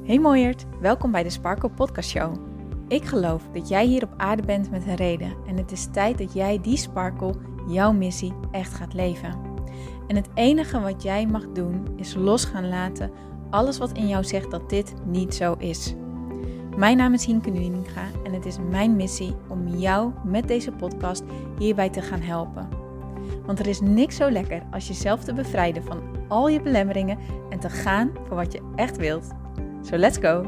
Hey mooiert, welkom bij de Sparkle Podcast Show. Ik geloof dat jij hier op aarde bent met een reden en het is tijd dat jij die sparkle, jouw missie, echt gaat leven. En het enige wat jij mag doen is los gaan laten alles wat in jou zegt dat dit niet zo is. Mijn naam is Hienke Nuninga en het is mijn missie om jou met deze podcast hierbij te gaan helpen. Want er is niks zo lekker als jezelf te bevrijden van al je belemmeringen en te gaan voor wat je echt wilt. So let's go!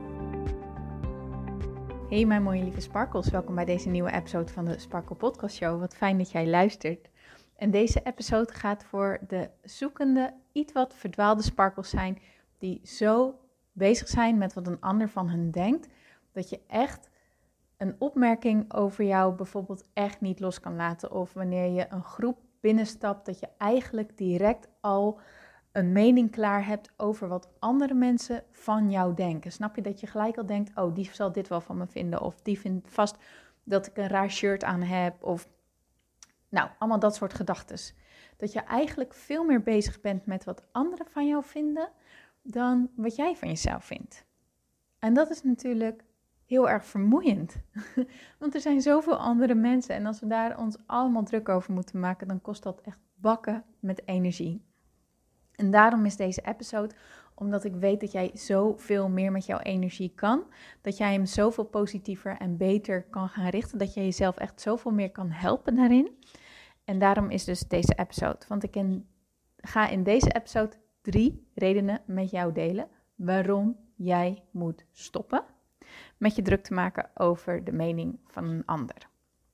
Hey mijn mooie lieve sparkles, welkom bij deze nieuwe episode van de Sparkle Podcast Show. Wat fijn dat jij luistert. En deze episode gaat voor de zoekende, iets wat verdwaalde sparkles zijn, die zo bezig zijn met wat een ander van hen denkt, dat je echt een opmerking over jou bijvoorbeeld echt niet los kan laten. Of wanneer je een groep binnenstapt, dat je eigenlijk direct al een mening klaar hebt over wat andere mensen van jou denken. Snap je dat je gelijk al denkt, oh, die zal dit wel van me vinden. Of die vindt vast dat ik een raar shirt aan heb. Of nou, allemaal dat soort gedachtes. Dat je eigenlijk veel meer bezig bent met wat anderen van jou vinden dan wat jij van jezelf vindt. En dat is natuurlijk heel erg vermoeiend. Want er zijn zoveel andere mensen. En als we daar ons allemaal druk over moeten maken, dan kost dat echt bakken met energie. En daarom is deze episode, omdat ik weet dat jij zoveel meer met jouw energie kan. Dat jij hem zoveel positiever en beter kan gaan richten. Dat jij jezelf echt zoveel meer kan helpen daarin. En daarom is dus deze episode. Want ik ga in deze episode 3 redenen met jou delen waarom jij moet stoppen met je druk te maken over de mening van een ander.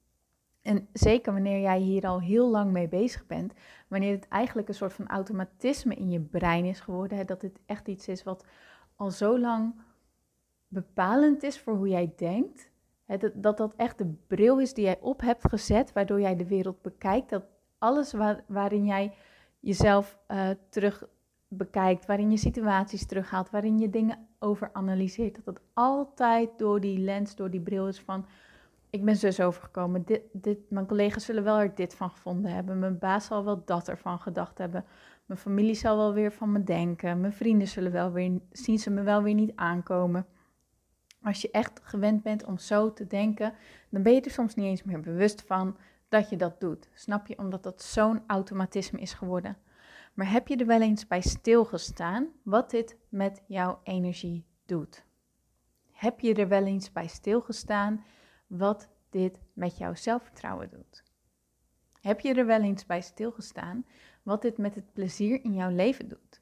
En zeker wanneer jij hier al heel lang mee bezig bent, wanneer het eigenlijk een soort van automatisme in je brein is geworden, dat dit echt iets is wat al zo lang bepalend is voor hoe jij denkt, dat echt de bril is die jij op hebt gezet, waardoor jij de wereld bekijkt, dat alles waarin jij jezelf terug bekijkt, waarin je situaties terughaalt, waarin je dingen overanalyseert, dat het altijd door die lens, door die bril is van, ik ben zus overgekomen, mijn collega's zullen wel er dit van gevonden hebben, mijn baas zal wel dat ervan gedacht hebben, mijn familie zal wel weer van me denken, mijn vrienden zullen wel weer, zien ze me wel weer niet aankomen. Als je echt gewend bent om zo te denken, dan ben je er soms niet eens meer bewust van dat je dat doet. Snap je? Omdat dat zo'n automatisme is geworden. Maar heb je er wel eens bij stilgestaan wat dit met jouw energie doet? Heb je er wel eens bij stilgestaan wat dit met jouw zelfvertrouwen doet? Heb je er wel eens bij stilgestaan wat dit met het plezier in jouw leven doet?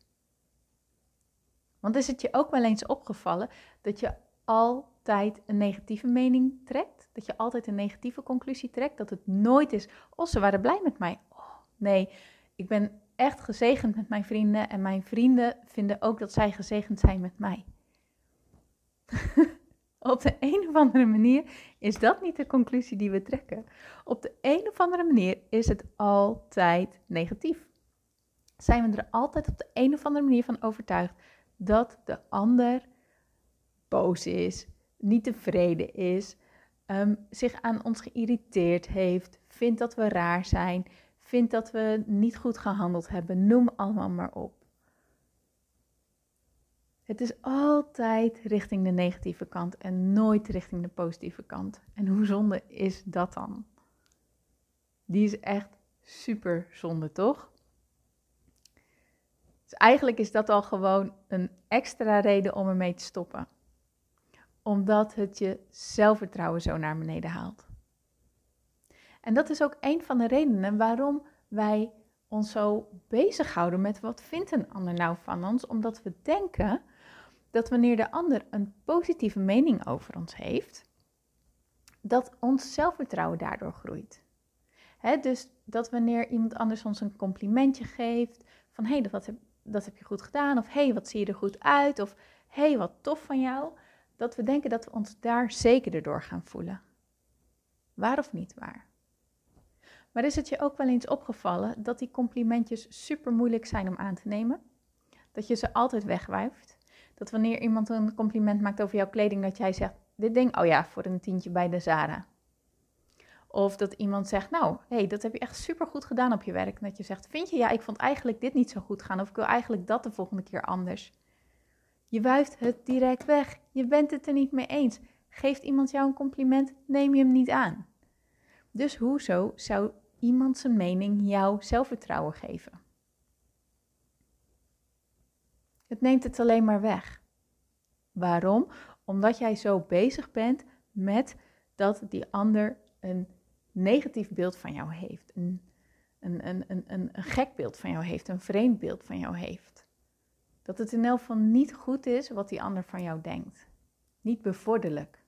Want is het je ook wel eens opgevallen dat je altijd een negatieve mening trekt? Dat je altijd een negatieve conclusie trekt? Dat het nooit is, oh, ze waren blij met mij. Oh, nee, ik ben echt gezegend met mijn vrienden en mijn vrienden vinden ook dat zij gezegend zijn met mij. Op de een of andere manier is dat niet de conclusie die we trekken. Op de een of andere manier is het altijd negatief. Zijn we er altijd op de een of andere manier van overtuigd dat de ander boos is, niet tevreden is, zich aan ons geïrriteerd heeft, vindt dat we raar zijn, vindt dat we niet goed gehandeld hebben, noem allemaal maar op. Het is altijd richting de negatieve kant en nooit richting de positieve kant. En hoe zonde is dat dan? Die is echt super zonde, toch? Dus eigenlijk is dat al gewoon een extra reden om ermee te stoppen. Omdat het je zelfvertrouwen zo naar beneden haalt. En dat is ook een van de redenen waarom wij ons zo bezighouden met wat vindt een ander nou van ons. Omdat we denken dat wanneer de ander een positieve mening over ons heeft, dat ons zelfvertrouwen daardoor groeit. Dus dat wanneer iemand anders ons een complimentje geeft, van hé, dat heb je goed gedaan, of hé, wat zie je er goed uit, of hé, wat tof van jou, dat we denken dat we ons daar zekerder door gaan voelen. Waar of niet waar? Maar is het je ook wel eens opgevallen dat die complimentjes super moeilijk zijn om aan te nemen? Dat je ze altijd wegwuift? Dat wanneer iemand een compliment maakt over jouw kleding, dat jij zegt, dit ding, oh ja, voor een tientje bij de Zara. Of dat iemand zegt, nou, hé, dat heb je echt super goed gedaan op je werk. En dat je zegt, vind je, ja, ik vond eigenlijk dit niet zo goed gaan. Of ik wil eigenlijk dat de volgende keer anders. Je wuift het direct weg. Je bent het er niet mee eens. Geeft iemand jou een compliment, neem je hem niet aan. Dus hoezo zou iemand zijn mening jou zelfvertrouwen geven? Het neemt het alleen maar weg. Waarom? Omdat jij zo bezig bent met dat die ander een negatief beeld van jou heeft. Een gek beeld van jou heeft. Een vreemd beeld van jou heeft. Dat het in elk geval niet goed is wat die ander van jou denkt. Niet bevorderlijk.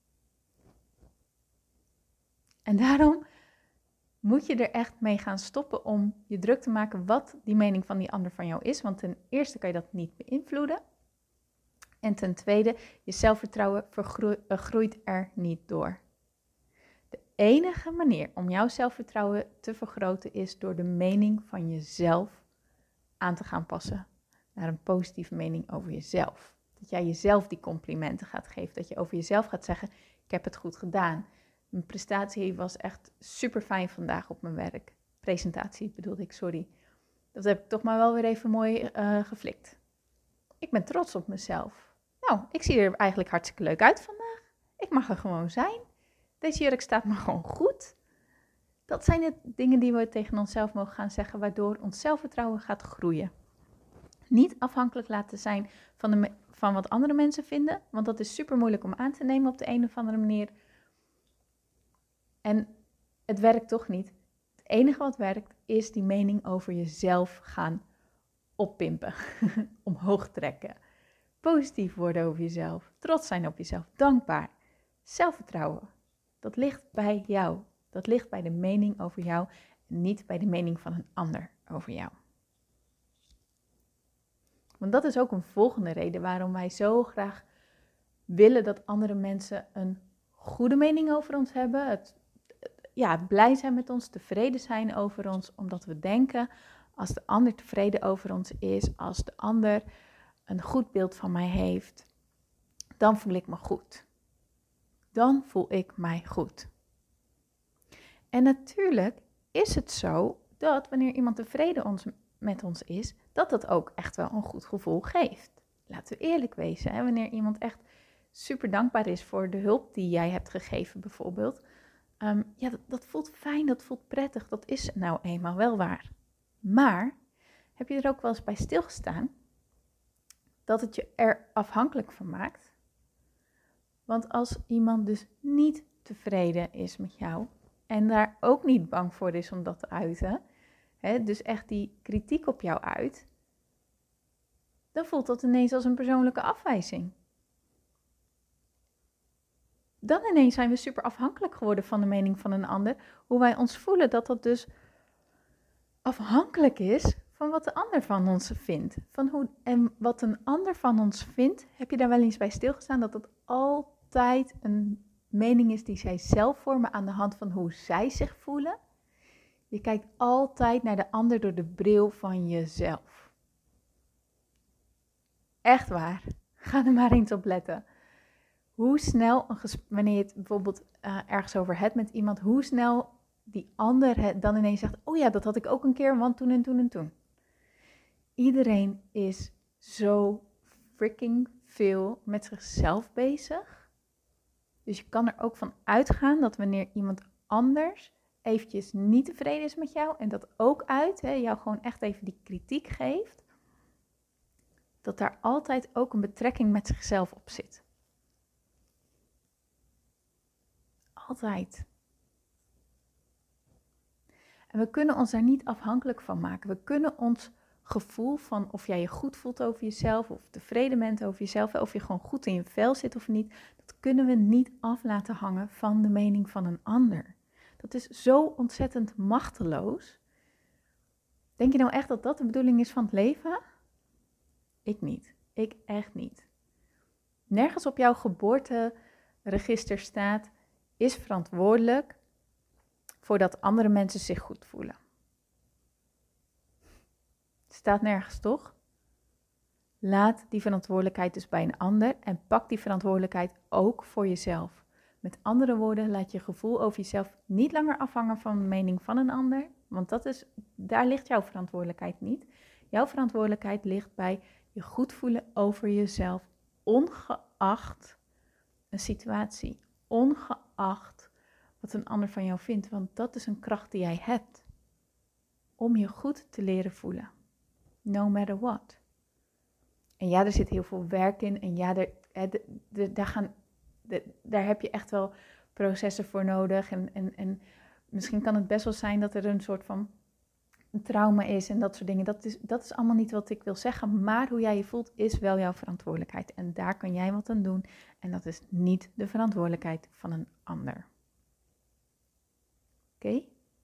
En daarom moet je er echt mee gaan stoppen om je druk te maken wat die mening van die ander van jou is. Want ten eerste kan je dat niet beïnvloeden. En ten tweede, je zelfvertrouwen groeit er niet door. De enige manier om jouw zelfvertrouwen te vergroten is door de mening van jezelf aan te gaan passen. Naar een positieve mening over jezelf. Dat jij jezelf die complimenten gaat geven. Dat je over jezelf gaat zeggen, ik heb het goed gedaan. Mijn prestatie was echt super fijn vandaag op mijn werk. Presentatie bedoelde ik, sorry. Dat heb ik toch maar wel weer even mooi geflikt. Ik ben trots op mezelf. Nou, ik zie er eigenlijk hartstikke leuk uit vandaag. Ik mag er gewoon zijn. Deze jurk staat me gewoon goed. Dat zijn de dingen die we tegen onszelf mogen gaan zeggen, waardoor ons zelfvertrouwen gaat groeien. Niet afhankelijk laten zijn van wat andere mensen vinden, want dat is super moeilijk om aan te nemen op de een of andere manier. En het werkt toch niet. Het enige wat werkt is die mening over jezelf gaan oppimpen, omhoog trekken. Positief worden over jezelf, trots zijn op jezelf, dankbaar. Zelfvertrouwen, dat ligt bij jou. Dat ligt bij de mening over jou en niet bij de mening van een ander over jou. Want dat is ook een volgende reden waarom wij zo graag willen dat andere mensen een goede mening over ons hebben. Blij zijn met ons, tevreden zijn over ons, omdat we denken, als de ander tevreden over ons is, als de ander een goed beeld van mij heeft, dan voel ik me goed. Dan voel ik mij goed. En natuurlijk is het zo dat wanneer iemand tevreden met ons is, dat dat ook echt wel een goed gevoel geeft. Laten we eerlijk wezen, hè? Wanneer iemand echt super dankbaar is voor de hulp die jij hebt gegeven bijvoorbeeld, dat voelt fijn, dat voelt prettig, dat is nou eenmaal wel waar. Maar heb je er ook wel eens bij stilgestaan dat het je er afhankelijk van maakt? Want als iemand dus niet tevreden is met jou en daar ook niet bang voor is om dat te uiten, dus echt die kritiek op jou uit, dan voelt dat ineens als een persoonlijke afwijzing. Dan ineens zijn we super afhankelijk geworden van de mening van een ander. Hoe wij ons voelen, dat dus afhankelijk is van wat de ander van ons vindt. En wat een ander van ons vindt, heb je daar wel eens bij stilgestaan, dat het altijd een mening is die zij zelf vormen aan de hand van hoe zij zich voelen. Je kijkt altijd naar de ander door de bril van jezelf. Echt waar. Ga er maar eens op letten. Hoe snel, wanneer je het bijvoorbeeld ergens over hebt met iemand, hoe snel die ander dan ineens zegt, oh ja, dat had ik ook een keer, want toen en toen en toen. Iedereen is zo freaking veel met zichzelf bezig. Dus je kan er ook van uitgaan dat wanneer iemand anders eventjes niet tevreden is met jou en dat ook jou gewoon echt even die kritiek geeft, dat daar altijd ook een betrekking met zichzelf op zit. Altijd. En we kunnen ons daar niet afhankelijk van maken. We kunnen ons gevoel van of jij je goed voelt over jezelf, of tevreden bent over jezelf, of je gewoon goed in je vel zit of niet, dat kunnen we niet af laten hangen van de mening van een ander. Dat is zo ontzettend machteloos. Denk je nou echt dat dat de bedoeling is van het leven? Ik niet. Ik echt niet. Nergens op jouw geboorteregister staat, is verantwoordelijk voordat andere mensen zich goed voelen. Het staat nergens, toch? Laat die verantwoordelijkheid dus bij een ander en pak die verantwoordelijkheid ook voor jezelf. Met andere woorden, laat je gevoel over jezelf niet langer afhangen van de mening van een ander, want daar ligt jouw verantwoordelijkheid niet. Jouw verantwoordelijkheid ligt bij Je goed voelen over jezelf, ongeacht een situatie, ongeacht wat een ander van jou vindt. Want dat is een kracht die jij hebt, om je goed te leren voelen. No matter what. En ja, er zit heel veel werk in. En ja, daar heb je echt wel processen voor nodig. En misschien kan het best wel zijn dat er een soort van een trauma is en dat soort dingen. Dat is allemaal niet wat ik wil zeggen. Maar hoe jij je voelt is wel jouw verantwoordelijkheid. En daar kan jij wat aan doen. En dat is niet de verantwoordelijkheid van een ander. Oké?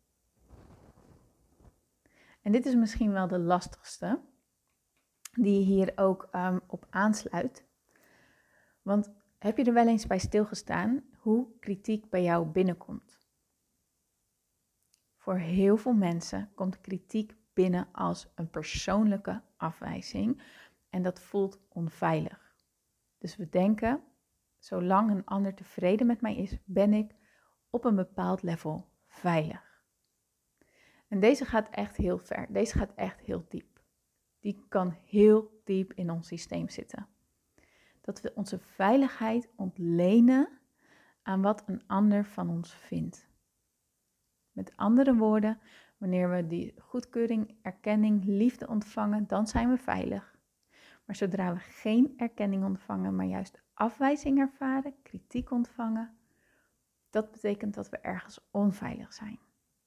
En dit is misschien wel de lastigste, die hier ook op aansluit. Want heb je er wel eens bij stilgestaan hoe kritiek bij jou binnenkomt? Voor heel veel mensen komt kritiek binnen als een persoonlijke afwijzing en dat voelt onveilig. Dus we denken, zolang een ander tevreden met mij is, ben ik op een bepaald level veilig. En deze gaat echt heel ver, deze gaat echt heel diep. Die kan heel diep in ons systeem zitten. Dat we onze veiligheid ontlenen aan wat een ander van ons vindt. Met andere woorden, wanneer we die goedkeuring, erkenning, liefde ontvangen, dan zijn we veilig. Maar zodra we geen erkenning ontvangen, maar juist afwijzing ervaren, kritiek ontvangen, dat betekent dat we ergens onveilig zijn.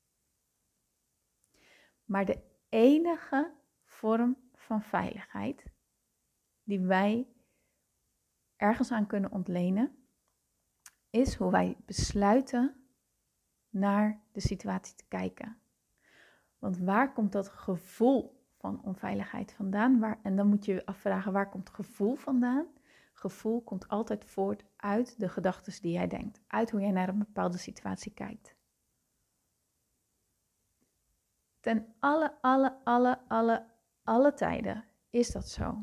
Maar de enige vorm van veiligheid die wij ergens aan kunnen ontlenen, is hoe wij besluiten naar de situatie te kijken. Want waar komt dat gevoel van onveiligheid vandaan? En dan moet je je afvragen, waar komt gevoel vandaan? Gevoel komt altijd voort uit de gedachten die jij denkt. Uit hoe jij naar een bepaalde situatie kijkt. Ten alle tijden is dat zo.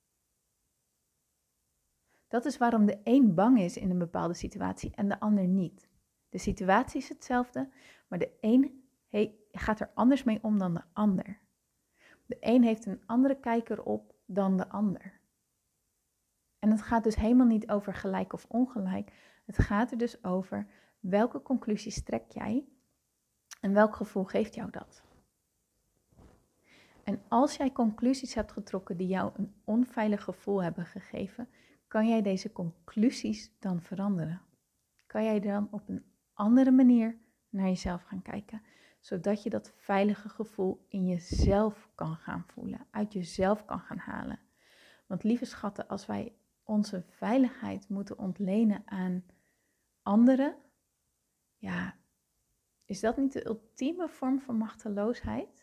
Dat is waarom de een bang is in een bepaalde situatie en de ander niet. De situatie is hetzelfde, maar de een gaat er anders mee om dan de ander. De een heeft een andere kijk erop dan de ander. En het gaat dus helemaal niet over gelijk of ongelijk. Het gaat er dus over welke conclusies trek jij en welk gevoel geeft jou dat. En als jij conclusies hebt getrokken die jou een onveilig gevoel hebben gegeven, kan jij deze conclusies dan veranderen? Kan jij dan op een andere manier naar jezelf gaan kijken, zodat je dat veilige gevoel in jezelf kan gaan voelen, uit jezelf kan gaan halen? Want lieve schatten, als wij onze veiligheid moeten ontlenen aan anderen, ja, is dat niet de ultieme vorm van machteloosheid?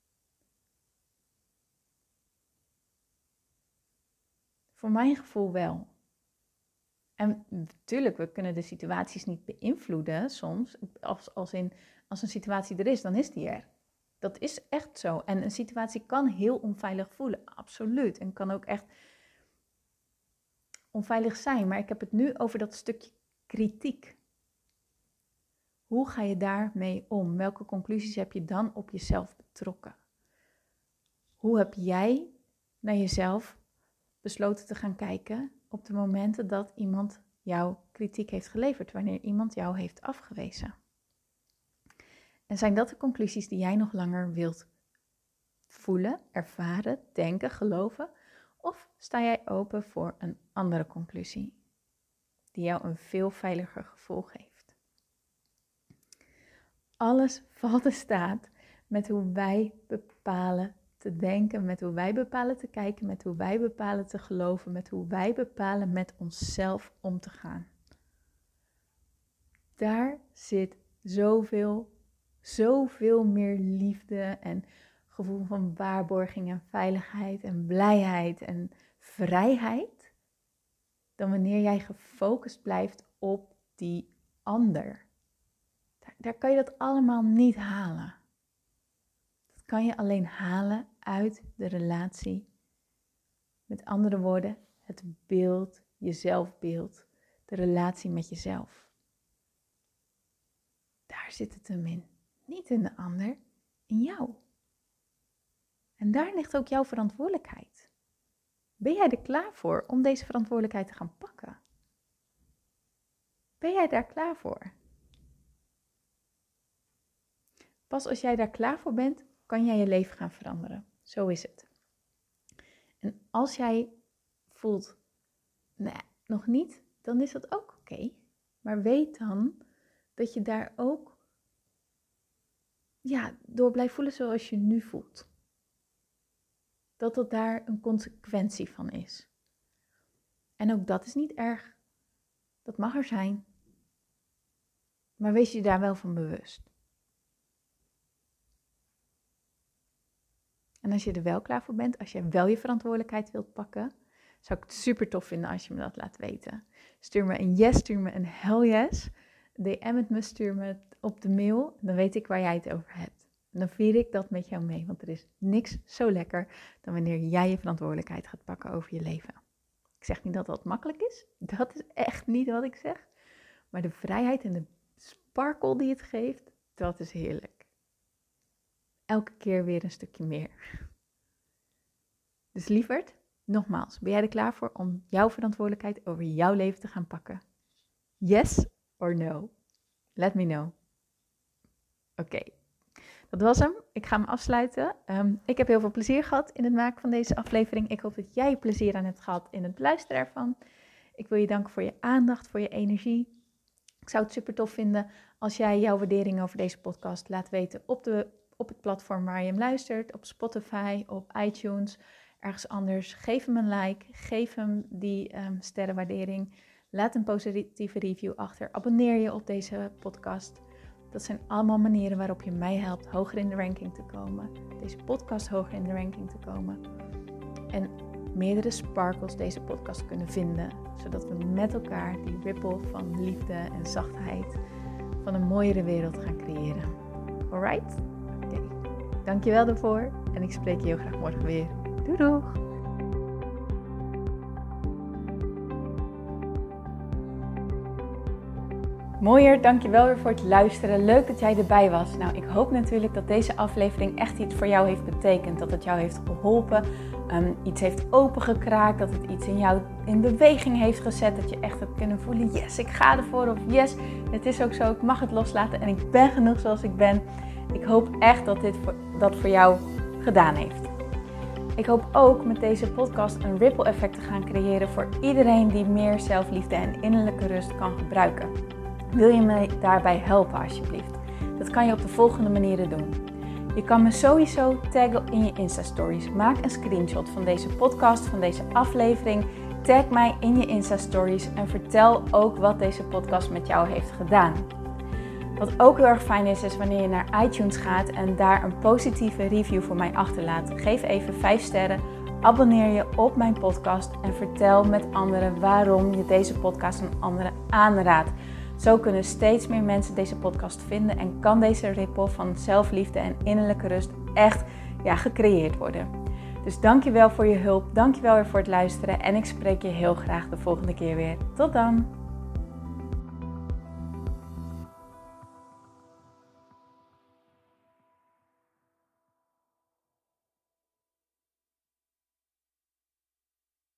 Voor mijn gevoel wel. En natuurlijk, we kunnen de situaties niet beïnvloeden soms. Als een situatie er is, dan is die er. Dat is echt zo. En een situatie kan heel onveilig voelen, absoluut. En kan ook echt onveilig zijn. Maar ik heb het nu over dat stukje kritiek. Hoe ga je daarmee om? Welke conclusies heb je dan op jezelf betrokken? Hoe heb jij naar jezelf besloten te gaan kijken op de momenten dat iemand jou kritiek heeft geleverd, wanneer iemand jou heeft afgewezen? En zijn dat de conclusies die jij nog langer wilt voelen, ervaren, denken, geloven? Of sta jij open voor een andere conclusie die jou een veel veiliger gevoel geeft? Alles valt en staat met hoe wij bepalen te denken, met hoe wij bepalen te kijken, met hoe wij bepalen te geloven, met hoe wij bepalen met onszelf om te gaan. Daar zit zoveel meer liefde en gevoel van waarborging en veiligheid en blijheid en vrijheid dan wanneer jij gefocust blijft op die ander. Daar kan je dat allemaal niet halen. Dat kan je alleen halen uit de relatie. Met andere woorden, het beeld, je zelfbeeld, de relatie met jezelf. Daar zit het hem in. Niet in de ander, in jou. En daar ligt ook jouw verantwoordelijkheid. Ben jij er klaar voor om deze verantwoordelijkheid te gaan pakken? Ben jij daar klaar voor? Pas als jij daar klaar voor bent, kan jij je leven gaan veranderen. Zo is het. En als jij voelt, nee, nog niet, dan is dat ook oké. Maar weet dan dat je daar ook door blijft voelen zoals je nu voelt. Dat het daar een consequentie van is. En ook dat is niet erg. Dat mag er zijn. Maar wees je daar wel van bewust. En als je er wel klaar voor bent, als je wel je verantwoordelijkheid wilt pakken, zou ik het super tof vinden als je me dat laat weten. Stuur me een yes, stuur me een hell yes. DM het me, stuur me het op de mail. Dan weet ik waar jij het over hebt. En dan vier ik dat met jou mee. Want er is niks zo lekker dan wanneer jij je verantwoordelijkheid gaat pakken over je leven. Ik zeg niet dat dat makkelijk is. Dat is echt niet wat ik zeg. Maar de vrijheid en de sparkle die het geeft, dat is heerlijk. Elke keer weer een stukje meer. Dus lieverd, nogmaals, ben jij er klaar voor om jouw verantwoordelijkheid over jouw leven te gaan pakken? Yes or no? Let me know. Oké, dat was hem. Ik ga hem afsluiten. Ik heb heel veel plezier gehad in het maken van deze aflevering. Ik hoop dat jij plezier aan hebt gehad in het luisteren ervan. Ik wil je danken voor je aandacht, voor je energie. Ik zou het super tof vinden als jij jouw waardering over deze podcast laat weten op het platform waar je hem luistert. Op Spotify, op iTunes, ergens anders. Geef hem een like, geef hem die sterrenwaardering. Laat een positieve review achter. Abonneer je op deze podcast. Dat zijn allemaal manieren waarop je mij helpt hoger in de ranking te komen. Deze podcast hoger in de ranking te komen. En meerdere sparkles deze podcast kunnen vinden. Zodat we met elkaar die ripple van liefde en zachtheid van een mooiere wereld gaan creëren. Alright? Oké. Dankjewel daarvoor. En ik spreek je heel graag morgen weer. Doei doeg! Mooier, dankjewel weer voor het luisteren. Leuk dat jij erbij was. Nou, ik hoop natuurlijk dat deze aflevering echt iets voor jou heeft betekend. Dat het jou heeft geholpen, iets heeft opengekraakt, dat het iets in jou in beweging heeft gezet. Dat je echt hebt kunnen voelen, yes, ik ga ervoor. Of yes, het is ook zo, ik mag het loslaten en ik ben genoeg zoals ik ben. Ik hoop echt dat dit dat voor jou gedaan heeft. Ik hoop ook met deze podcast een ripple effect te gaan creëren voor iedereen die meer zelfliefde en innerlijke rust kan gebruiken. Wil je me daarbij helpen alsjeblieft? Dat kan je op de volgende manieren doen. Je kan me sowieso taggen in je Insta-stories. Maak een screenshot van deze podcast, van deze aflevering. Tag mij in je Insta-stories en vertel ook wat deze podcast met jou heeft gedaan. Wat ook heel erg fijn is wanneer je naar iTunes gaat en daar een positieve review voor mij achterlaat. Geef even 5 sterren, abonneer je op mijn podcast en vertel met anderen waarom je deze podcast aan anderen aanraadt. Zo kunnen steeds meer mensen deze podcast vinden en kan deze ripple van zelfliefde en innerlijke rust echt gecreëerd worden. Dus dankjewel voor je hulp, dankjewel weer voor het luisteren en ik spreek je heel graag de volgende keer weer. Tot dan!